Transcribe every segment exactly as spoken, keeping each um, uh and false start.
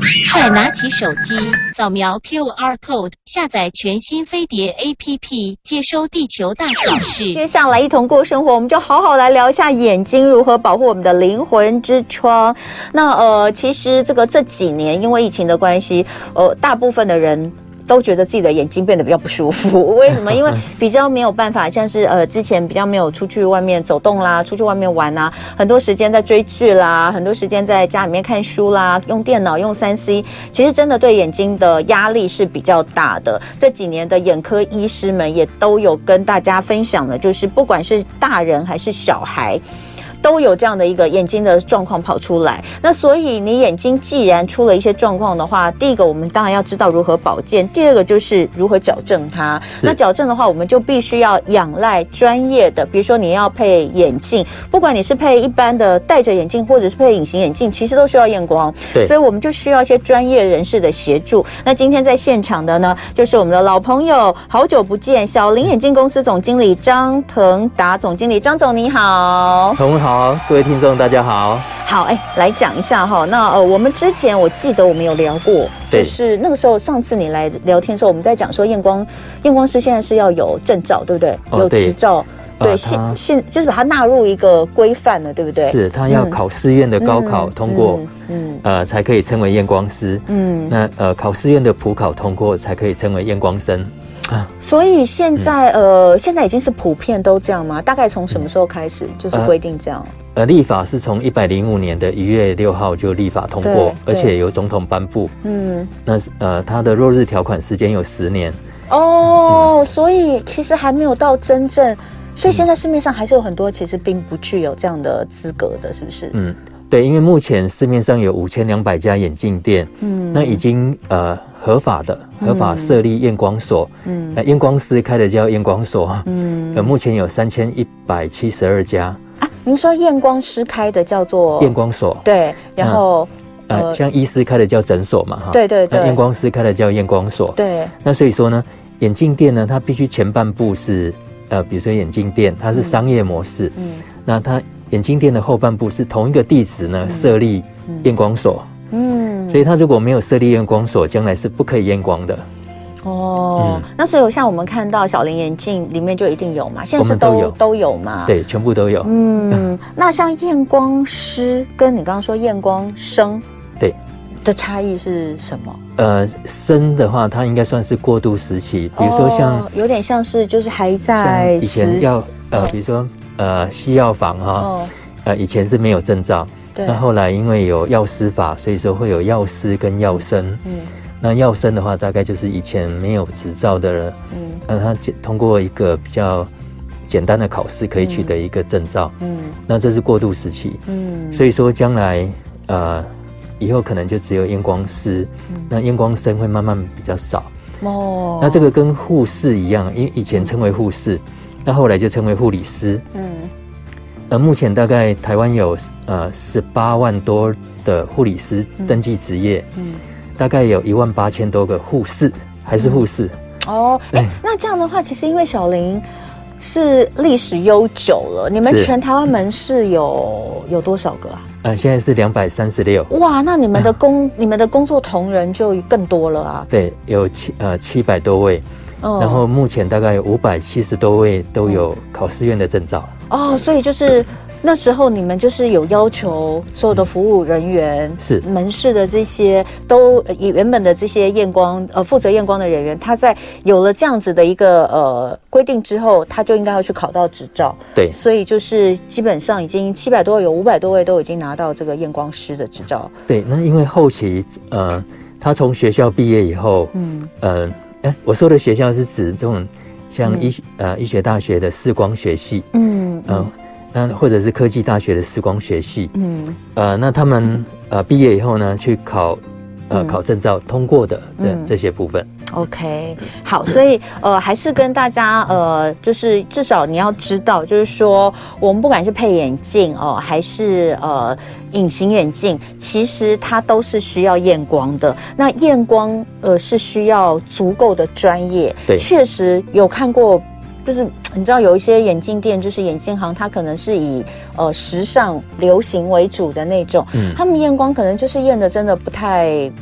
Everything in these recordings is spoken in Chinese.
快拿起手机，扫描 Q R code， 下载全新飞碟 A P P， 接收地球大小事。 接下来一同过生活，我们就好好来聊一下眼睛如何保护我们的灵魂之窗。那呃，其实这个这几年因为疫情的关系，呃，大部分的人都觉得自己的眼睛变得比较不舒服，为什么？因为比较没有办法，像是呃之前比较没有出去外面走动啦，出去外面玩啦，很多时间在追剧啦，很多时间在家里面看书啦，用电脑用三 C， 其实真的对眼睛的压力是比较大的。这几年的眼科医师们也都有跟大家分享的，就是不管是大人还是小孩，都有这样的一个眼睛的状况跑出来。那所以你眼睛既然出了一些状况的话，第一个我们当然要知道如何保健，第二个就是如何矫正它。那矫正的话，我们就必须要仰赖专业的，比如说你要配眼镜，不管你是配一般的戴着眼镜或者是配隐形眼镜，其实都需要验光。对，所以我们就需要一些专业人士的协助。那今天在现场的呢，就是我们的老朋友，好久不见，小林眼镜公司总经理张腾达总经理。张总你好。 同好，各位听众大家好。 好，哎，来讲一下哈。那呃，我们之前我记得我们有聊过，就是那个时候上次你来聊天的时候，我们在讲说验光验光师现在是要有证照，对不对？哦、有执照。对，呃、现现就是把它纳入一个规范了，对不对？ 是，他要考试院的高考通过，嗯，嗯呃，才可以称为验光师。嗯，那呃，考试院的普考通过才可以称为验光生。 啊、所以现在、嗯、呃，现在已经是普遍都这样吗？大概从什么时候开始、嗯、就是规定这样？ 呃，立法是从一百零五年的一月六号就立法通过，而且由总统颁布。嗯，那呃，它的落日条款时间有十年。 哦、嗯，所以其实还没有到真正，所以现在市面上还是有很多其实并不具有这样的资格的，是不是？嗯， 对，因为目前市面上有五千两百家眼镜店，嗯，那已经呃合法的合法设立验光所，嗯，那验光师开的叫验光所，嗯，呃，目前有三千一百七十二家。 啊，您说验光师开的叫做验光所， 对，然后、 嗯、呃，像医师开的叫诊所嘛，哈， 对对对， 那验光师开的叫验光所， 对。 那所以说呢，眼镜店呢，它必须前半部是呃，比如说眼镜店，它是商业模式，嗯，那它眼镜店的后半部是同一个地址呢设立验光所，嗯，所以它如果没有设立验光所，将来是不可以验光的。 哦、嗯，那所以像我们看到小林眼镜里面就一定有嘛，现在是都都有都有嘛， 对，全部都有。 嗯，那像验光师跟你刚刚说验光生，对的差异是什么？ 呃，生的话，它应该算是过渡时期，比如说像、哦、 有点像是就是还在以前要呃，比如说呃西药房哈、哦，呃以前是没有证照，那后来因为有药师法，所以说会有药师跟药生，嗯。那药生的话，大概就是以前没有执照的人，嗯，那他通过一个比较简单的考试，可以取得一个证照，嗯，那这是过渡时期，嗯，所以说将来呃以后可能就只有验光师，嗯、那验光生会慢慢比较少，哦，那这个跟护士一样，因为以前称为护士，那后来就称为护理师，嗯，呃，目前大概台湾有呃十八万多的护理师登记执业，嗯。嗯大概有一万八千多个护士，还是护士、 嗯、哦。哎、欸，那这样的话，其实因为小林是历史悠久了，你们全台湾门市有有多少个啊？ 呃，现在是两百三十六。 哇，那你们的工、嗯、你们的工作同仁就更多了啊？ 对，有七呃七百多位。哦、然后目前大概有五百七十多位都有考试院的证照。 哦，所以就是那时候你们就是有要求所有的服务人员、嗯、是门市的这些都原本的这些验光呃负责验光的人员，他在有了这样子的一个呃规定之后，他就应该要去考到执照。 对， 所以就是基本上已经七百多有五百多位都已经拿到这个验光师的执照。 对，那因为后期呃他从学校毕业以后，嗯呃。哎，我说的学校是指这种像医、嗯、呃医学大学的视光学系，嗯嗯，那、呃、或者是科技大学的视光学系，嗯呃，那他们呃毕业以后呢，去考呃考证照通过的这、嗯、这些部分。 OK， 好，所以呃还是跟大家呃就是至少你要知道，就是说我们不管是配眼镜哦、呃，还是呃隐形眼镜，其实它都是需要验光的。那验光呃是需要足够的专业，对，确实有看过。就是你知道有一些眼镜店，就是眼镜行，它可能是以呃时尚流行为主的那种，嗯，他们验光可能就是验的真的不太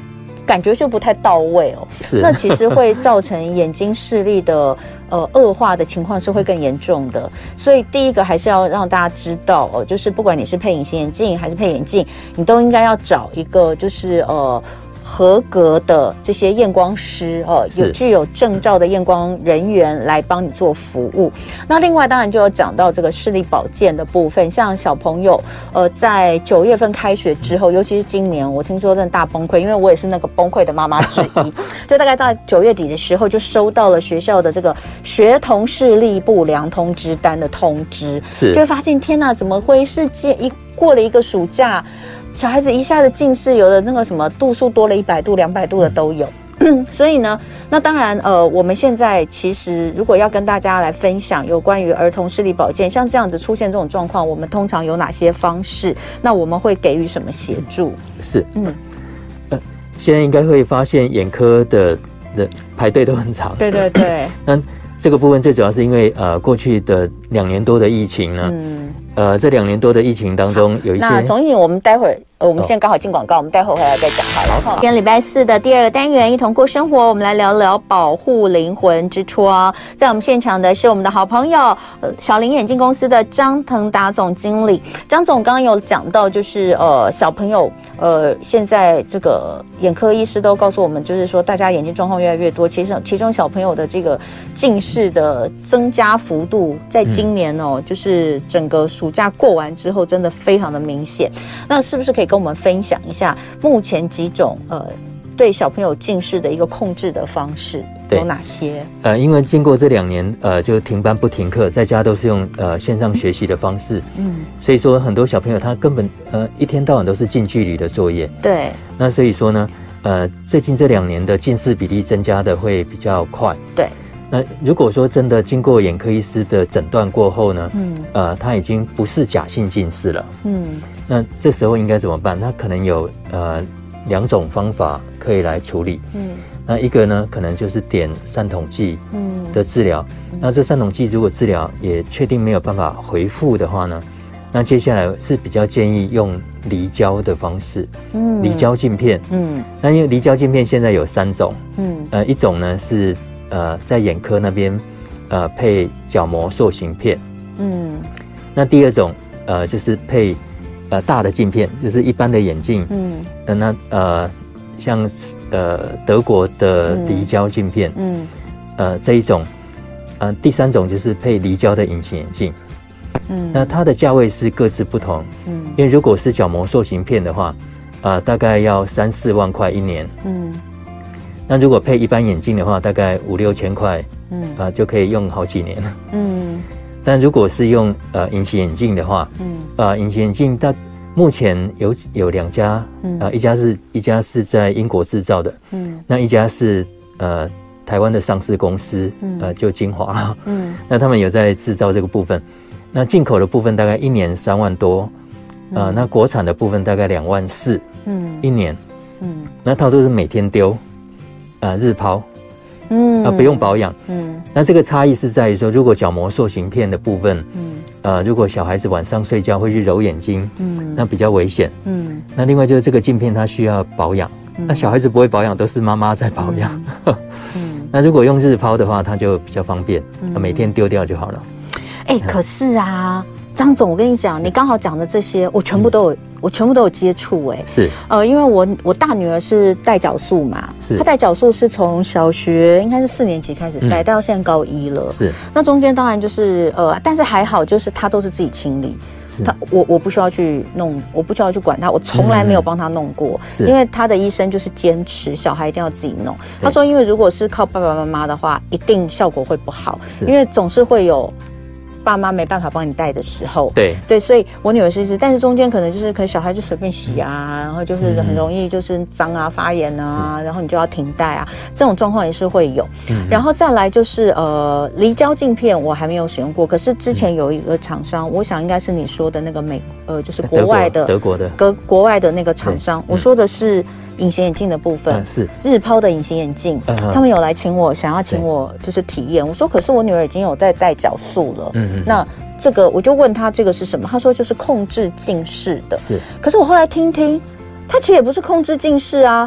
感觉就不太到位哦。 是， 那其实会造成眼睛视力的呃恶化的情况是会更严重的。所以第一个还是要让大家知道哦，就是不管你是配隐形眼镜还是配眼镜，你都应该要找一个就是呃。合格的这些验光师哦，有具有证照的验光人员来帮你做服务。那另外当然就有讲到这个视力保健的部分，像小朋友呃在九月份开学之后，尤其是今年，我听说真的大崩溃，因为我也是那个崩溃的妈妈之一。就大概到九月底的时候，就收到了学校的这个学童视力不良通知单的通知， 是就会发现天哪，怎么会是一过了一个暑假？小孩子一下子近视，有的那个什么度数多了一百度、两百度的都有。嗯，所以呢，那当然，呃，我们现在其实如果要跟大家来分享有关于儿童视力保健，像这样子出现这种状况，我们通常有哪些方式？那我们会给予什么协助？ 是，嗯，呃，现在应该会发现眼科的的排队都很长。 对对对。 那这个部分最主要是因为呃，过去的两年多的疫情呢。嗯呃，这两年多的疫情当中，有一些。 那总经理，我们待会儿，呃，我们现在刚好进广告，我们待会儿回来再讲好了。今天礼拜四的第二个单元，一同过生活，我们来聊聊保护灵魂之窗。在我们现场的是我们的好朋友，呃，小林眼镜公司的张腾达总经理。张总刚刚有讲到，就是呃，小朋友，呃，现在这个眼科医师都告诉我们，就是说大家眼睛状况越来越多，其实其中小朋友的这个近视的增加幅度，在今年哦，嗯、就是整个暑假过完之后，真的非常的明显。那是不是可以跟我们分享一下目前几种呃对小朋友近视的一个控制的方式有哪些？ 呃，因为经过这两年呃就停班不停课，在家都是用呃线上学习的方式，嗯，所以说很多小朋友他根本呃一天到晚都是近距离的作业， 对。 那所以说呢，呃，最近这两年的近视比例增加的会比较快， 对。 那如果说真的经过眼科医师的诊断过后呢，嗯，呃，他已经不是假性近视了，嗯，那这时候应该怎么办？他可能有呃两种方法可以来处理，嗯，那一个呢，可能就是点散瞳剂，嗯的治疗，嗯、那这散瞳剂如果治疗也确定没有办法回复的话呢，那接下来是比较建议用离焦的方式，嗯，离焦镜片，嗯，那因为离焦镜片现在有三种，嗯，呃，一种呢是。呃，在眼科那边，呃，配角膜塑形片，嗯，那第二种，呃，就是配呃大的镜片，就是一般的眼镜，嗯，呃、那呃，像呃德国的离焦镜片，嗯，嗯呃这一种，呃，第三种就是配离焦的隐形眼镜，嗯，那它的价位是各自不同，嗯，因为如果是角膜塑形片的话，呃，大概要三四万块一年，嗯。那如果配一般眼镜的话，大概五六千块，嗯啊、呃、就可以用好几年了，嗯。但如果是用呃隐形眼镜的话，嗯啊隐形眼镜大目前有有两家，啊、呃、一家是一家是在英国制造的，嗯，那一家是呃台湾的上市公司，嗯、呃就精华，嗯，那他们有在制造这个部分，那进口的部分大概一年三万多，啊、呃、那国产的部分大概两万四，嗯，一年，嗯，那它都是每天丢。呃，日抛，嗯，啊，不用保养，嗯，那这个差异是在于说，如果角膜塑形片的部分，嗯，呃，如果小孩子晚上睡觉会去揉眼睛，嗯，那比较危险，嗯，那另外就是这个镜片它需要保养，嗯、那小孩子不会保养，都是妈妈在保养，嗯，嗯那如果用日抛的话，它就比较方便，嗯、每天丢掉就好了。 哎、欸，可是啊，张总，我跟你讲，你刚好讲的这些，我全部都有。嗯我全部都有接触哎、欸， 是呃，因为我我大女儿是带角素嘛， 是她带角素是从小学应该是四年级开始带、嗯、到现在高一了， 是那中间当然就是呃，但是还好就是她都是自己清理，她我我不需要去弄，我不需要去管她，我从来没有帮她弄过，嗯、因为她的医生就是坚持小孩一定要自己弄，他说因为如果是靠爸爸妈妈的话，一定效果会不好，因为总是会有。爸妈没办法帮你带的时候， 对对， 所以我女儿是一直，但是中间可能就是可能小孩就随便洗啊，然后就是很容易就是脏啊、发炎啊，然后你就要停带啊，这种状况也是会有。嗯、然后再来就是呃，离焦镜片我还没有使用过，可是之前有一个厂商，嗯、我想应该是你说的那个美呃，就是国外的德国的国国外的那个厂商，我说的是。隐形眼镜的部分、 嗯、是日抛的隐形眼镜、嗯，他们有来请我，想要请我就是体验。我说，可是我女儿已经有在戴角素了，嗯嗯，那这个我就问他这个是什么？他说就是控制近视的， 是。 可是我后来听听，他其实也不是控制近视啊，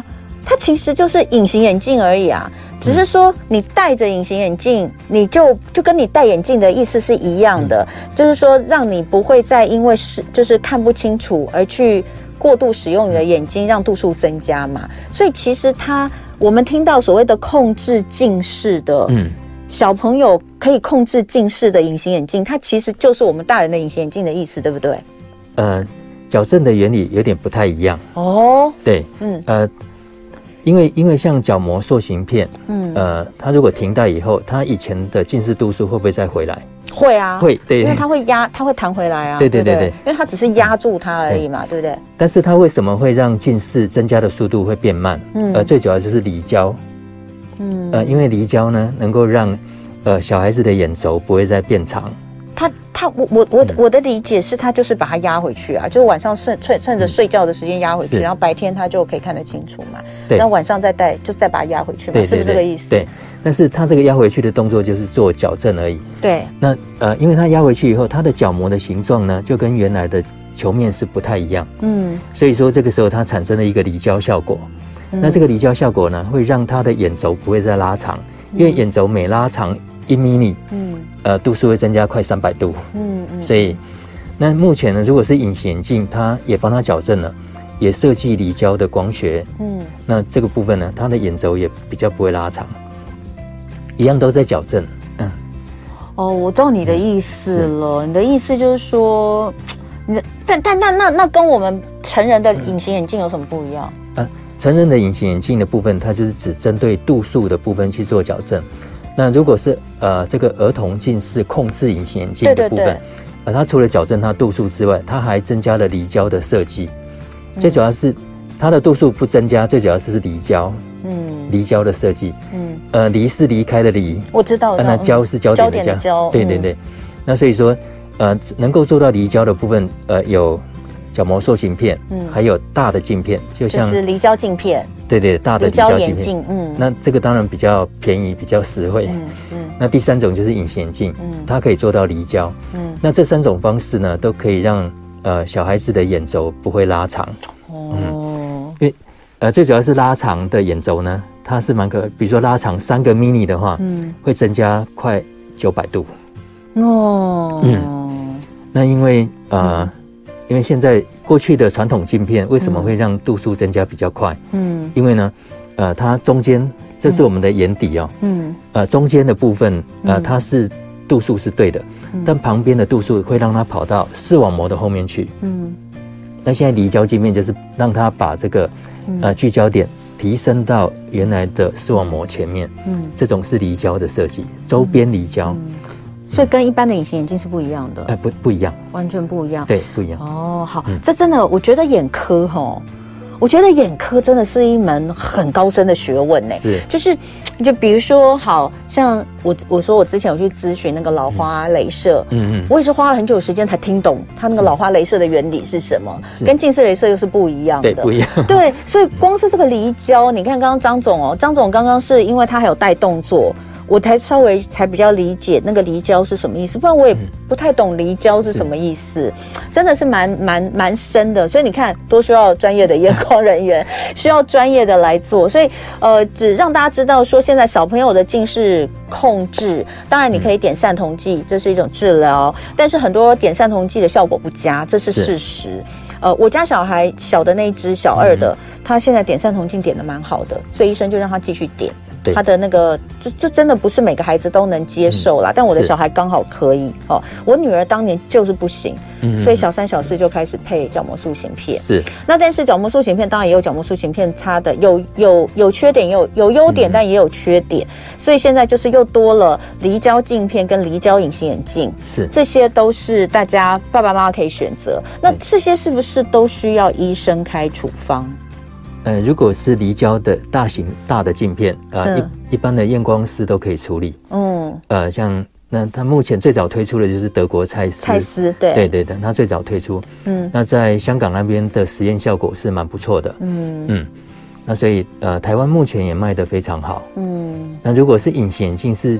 它其实就是隐形眼镜而已啊。只是说你戴着隐形眼镜，你就就跟你戴眼镜的意思是一样的，嗯、就是说让你不会再因为是就是看不清楚而去过度使用你的眼睛，让度数增加嘛。所以其实它我们听到所谓的控制近视的，嗯，小朋友可以控制近视的隐形眼镜，它其实就是我们大人的隐形眼镜的意思，对不对？ 呃，矫正的原理有点不太一样哦。 对，嗯，呃。因为因为像角膜塑形片，嗯，呃，它如果停戴以后，它以前的近视度数会不会再回来？ 会啊， 会，对， 因为它会压，它会弹回来啊， 对对对 对, 对， 因为它只是压住它而已嘛，对, 对不对？ 但是它为什么会让近视增加的速度会变慢？嗯，呃，最主要就是离焦，嗯，呃，因为离焦呢，能够让呃小孩子的眼轴不会再变长。 他他我我我我的理解是，他就是把它压回去啊，就是晚上趁趁趁着睡觉的时间压回去，然后白天他就可以看得清楚嘛。对，那晚上再戴，就再把它压回去嘛，是不是这个意思？ 对。但是他这个压回去的动作就是做矫正而已。 对。那呃，因为他压回去以后，他的角膜的形状呢，就跟原来的球面是不太一样。嗯。所以说这个时候它产生了一个离焦效果。嗯、那这个离焦效果呢，会让他的眼轴不会再拉长，因为眼轴每拉长一毫米，嗯，呃，度数会增加快三百度，嗯嗯，所以，那目前呢，如果是隐形眼镜，它也帮他矫正了，也设计离焦的光学，嗯，那这个部分呢，它的眼轴也比较不会拉长，一样都在矫正，嗯， 哦，我知道你的意思了，你的意思就是说，你的但但那那那跟我们成人的隐形眼镜有什么不一样？ 嗯、呃，成人的隐形眼镜的部分，它就是只针对度数的部分去做矫正。那如果是呃这个儿童近视控制隐形眼镜的部分，对对对呃，它除了矫正它度数之外，它还增加了离焦的设计。嗯、最主要是它的度数不增加，最主要是是离焦，嗯，离焦的设计，嗯，呃，离是离开的离， 我知道， 呃、那焦是焦点的焦， 焦焦对对对。嗯、那所以说，呃，能够做到离焦的部分，呃，有角膜塑形片，嗯，还有大的镜片，就像就是离焦镜片。 对对，大的离焦镜片， 嗯， 那这个当然比较便宜，比较实惠，嗯嗯。那第三种就是隐形眼镜，嗯，它可以做到离焦，嗯。那这三种方式呢，都可以让呃小孩子的眼轴不会拉长，哦，嗯、因为呃最主要是拉长的眼轴呢，它是蛮可，比如说拉长三个 mini 的话，嗯，会增加快九百度，哦，嗯。那因为呃。嗯因为现在过去的传统镜片为什么会让度数增加比较快？嗯，因为呢，呃，它中间这是我们的眼底哦，嗯，呃，中间的部分呃它是度数是对的，嗯、但旁边的度数会让它跑到视网膜的后面去。嗯，那现在离焦镜片就是让它把这个呃聚焦点提升到原来的视网膜前面。嗯，这种是离焦的设计，周边离焦。嗯所以跟一般的隐形眼镜是不一样的， 哎、呃，不不一样， 完全不一样， 对，不一样。 哦，好，嗯、这真的，我觉得眼科哈，我觉得眼科真的是一门很高深的学问呢。 是， 就是就比如说，好像我我说我之前有去咨询那个老花雷射，嗯嗯，我也是花了很久时间才听懂它那个老花雷射的原理是什么，跟近视雷射又是不一样的， 对，不一样。 对，所以光是这个离焦，你看刚刚张总哦，张总刚刚是因为他还有带动作。我才稍微才比较理解那个离焦是什么意思，不然我也不太懂离焦是什么意思，真的是蛮蛮蛮深的。所以你看，多需要专业的验光人员，需要专业的来做。所以呃，只让大家知道说，现在小朋友的近视控制，当然你可以点散瞳剂，这是一种治疗，但是很多点散瞳剂的效果不佳，这是事实。呃，我家小孩小的那一只小二的，嗯、他现在点散瞳镜点得蛮好的，所以医生就让他继续点。他的那个，这这真的不是每个孩子都能接受啦，嗯、但我的小孩刚好可以哦。我女儿当年就是不行，嗯、所以小三小四就开始配角膜塑形片。 是， 那但是角膜塑形片当然也有角膜塑形片，它的有有有缺点，有有优点，嗯、但也有缺点。所以现在就是又多了离焦镜片跟离焦隐形眼镜， 是， 这些都是大家爸爸妈妈可以选择。那这些是不是都需要医生开处方？ 呃，如果是离焦的大型大的镜片，呃，一一般的验光师都可以处理。嗯，呃，像那他目前最早推出的就是德国蔡司， 蔡司对对对的，他最早推出。嗯，那在香港那边的实验效果是蛮不错的。嗯嗯，那所以呃，台湾目前也卖得非常好。嗯，那如果是隐形眼镜是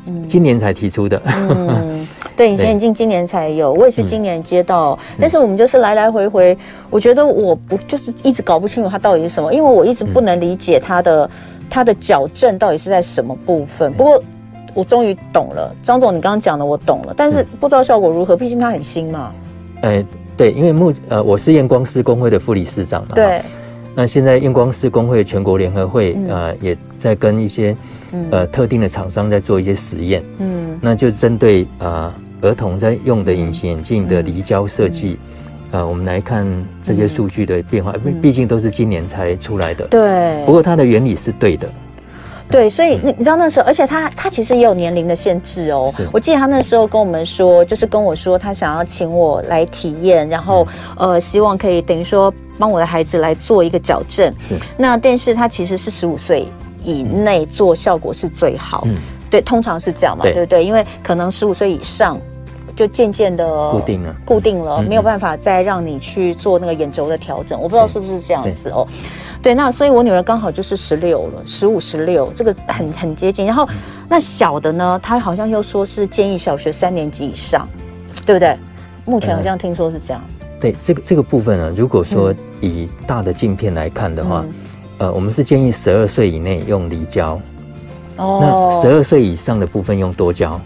今年才提出的。 嗯，对，隐形眼镜今年才有，我也是今年接到，嗯、但是我们就是来来回回，我觉得我不就是一直搞不清楚它到底是什么，因为我一直不能理解它的、嗯、它的矫正到底是在什么部分。不过我终于懂了，张总你刚刚讲的我懂了，但是不知道效果如何，毕竟它很新嘛。哎， 对，因为目呃我是验光师工会的副理事长嘛。 对。 那现在验光师工会全国联合会、嗯、呃也在跟一些呃特定的厂商在做一些实验，嗯，那就针对呃儿童在用的隐形眼镜的离焦设计，嗯、呃我们来看这些数据的变化，因为毕竟都是今年才出来的， 对， 不过它的原理是对的。 对，所以你你知道那时候，而且他他其实也有年龄的限制哦。我记得他那时候跟我们说，就是跟我说他想要请我来体验，然后、嗯、呃希望可以等于说帮我的孩子来做一个矫正。是，那但是他其实是十五岁以内做效果是最好。嗯，对，通常是这样嘛， 对, 对不对？因为可能十五岁以上就渐渐的固定了， 固定了，嗯、没有办法再让你去做那个眼轴的调整。我不知道是不是这样子哦。对，那所以我女儿刚好就是十六了，十五、十六，这个很很接近。然后那小的呢，她好像又说是建议小学三年级以上，对不对？目前好像听说是这样。 呃、对，这个这个部分呢，如果说以大的镜片来看的话，嗯、呃，我们是建议十二岁以内用离焦，哦，那十二岁以上的部分用多焦。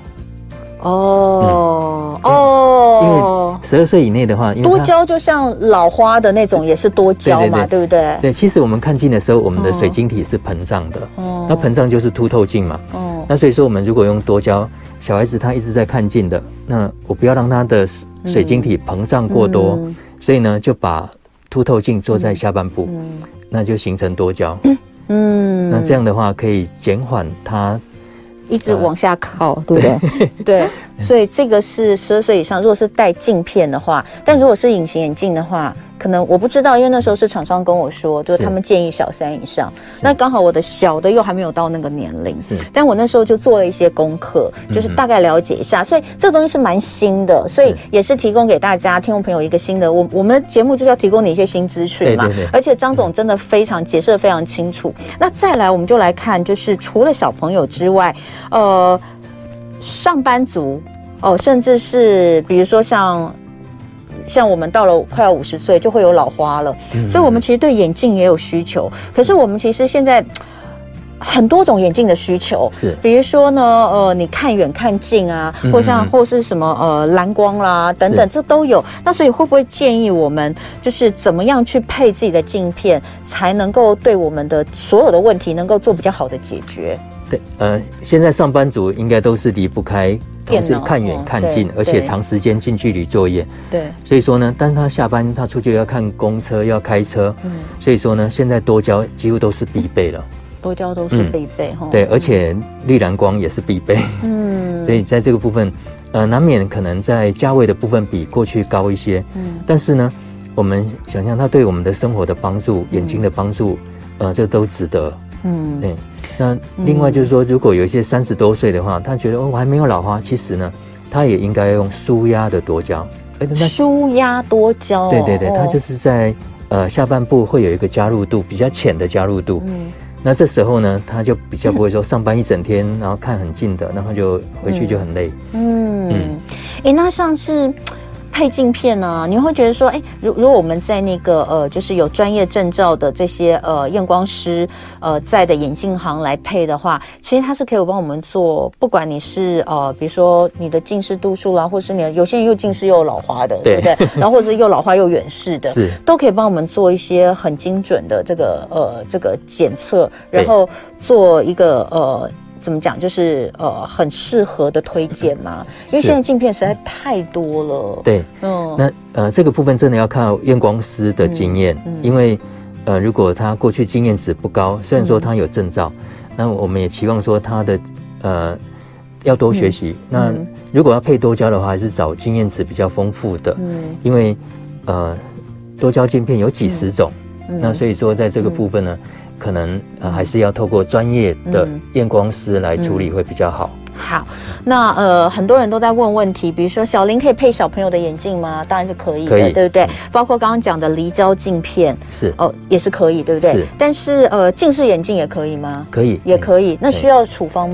哦、嗯、哦， 因为十二岁以内的话，因为多焦就像老花的那种，也是多焦嘛， 对, 对, 对, 对不对？ 对，其实我们看镜的时候，我们的水晶体是膨胀的，哦，那膨胀就是凸透镜嘛，哦，那所以说我们如果用多焦，小孩子他一直在看镜的，那我不要让他的水晶体膨胀过多，嗯、所以呢就把凸透镜做在下半部，嗯、那就形成多焦，嗯，那这样的话可以减缓他。 一直往下靠，呃、对不对？对，所以这个是十二岁以上，如果是戴镜片的话，但如果是隐形眼镜的话，可能我不知道，因为那时候是厂商跟我说，就是他们建议小三以上。那刚好我的小的又还没有到那个年龄，但我那时候就做了一些功课，就是大概了解一下。嗯、所以这个东西是蛮新的，所以也是提供给大家听众朋友一个新的。我我们的节目就是要提供你一些新资讯嘛，对对对，而且张总真的非常解释得非常清楚。嗯、那再来，我们就来看，就是除了小朋友之外，呃，上班族哦，甚至是比如说像。像我们到了快要五十岁就会有老花了，嗯、所以我们其实对眼镜也有需求。可是我们其实现在很多种眼镜的需求，是比如说呢，呃，你看远看近啊，嗯、或像或是什么呃蓝光啦等等，这都有。那所以会不会建议我们就是怎么样去配自己的镜片，才能够对我们的所有的问题能够做比较好的解决？ 对，呃，现在上班族应该都是离不开。同时看远看近，而且长时间近距离作业。对，所以说呢，但是他下班他出去要看公车，要开车，嗯，所以说呢，现在多焦几乎都是必备了。 多焦都是必备哈、嗯。 对，而且绿蓝光也是必备。嗯，所以在这个部分，呃，难免可能在价位的部分比过去高一些。嗯，但是呢，我们想象它对我们的生活的帮助、眼睛的帮助，呃，这都值得。嗯，对。那另外就是说，如果有一些三十多岁的话，他觉得哦我还没有老花，其实呢，他也应该用舒压的多焦。 舒压多焦、哦， 对对对，它就是在呃下半部会有一个加入度比较浅的加入度。嗯，那这时候呢，他就比较不会说上班一整天，然后看很近的，然后就回去就很累。嗯嗯，哎、欸，那像是。配镜片呢、啊，你会觉得说，哎，如如果我们在那个呃，就是有专业证照的这些呃验光师呃在的眼镜行来配的话，其实它是可以帮我们做，不管你是呃，比如说你的近视度数啦，或是你的有些人又近视又有老花的， 对, 对不对？然后或者是又老花又远视的，是都可以帮我们做一些很精准的这个呃这个检测，然后做一个呃。怎么讲？就是呃，很适合的推荐嘛，因为现在镜片实在太多了。 对，嗯，那呃，这个部分真的要看验光师的经验，嗯嗯、因为呃，如果他过去经验值不高，虽然说他有证照，嗯、那我们也期望说他的呃要多学习。嗯、那如果要配多焦的话，还是找经验值比较丰富的，嗯，因为呃多焦镜片有几十种，嗯、那所以说在这个部分呢。嗯可能呃还是要透过专业的验光师来处理会比较好。 嗯嗯、好，那呃很多人都在问问题，比如说小林可以配小朋友的眼镜吗？当然是可以的，可以对不对？嗯、包括刚刚讲的离焦镜片是哦也是可以，对不对？是。但是呃近视眼镜也可以吗？ 可以， 也可以。那需要处方吗？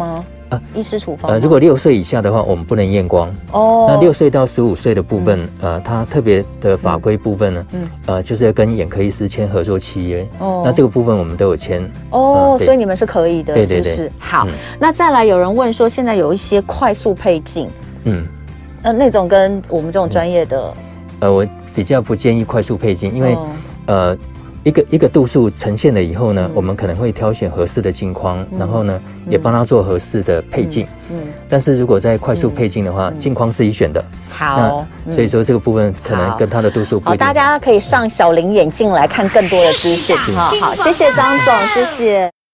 啊，医师处方。 呃，如果六岁以下的话，我们不能验光。哦。那六岁到十五岁的部分，嗯、呃，它特别的法规部分呢，嗯，呃，就是要跟眼科医师签合作契约。哦。那这个部分我们都有签。 哦、呃，所以你们是可以的， 对对对。 是不是？好、嗯，那再来有人问说，现在有一些快速配镜，嗯，呃，那种跟我们这种专业的，嗯、 呃，我比较不建议快速配镜，因为，哦、呃。一个一个度数呈现了以后呢，嗯、我们可能会挑选合适的镜框，嗯、然后呢，嗯、也帮他做合适的配镜。嗯，嗯但是如果在快速配镜的话，嗯、镜框自己选的。 好， 那所以说这个部分可能跟他的度数不一定。好， 大家可以上小林眼镜来看更多的资讯。好好，谢谢张总，谢谢。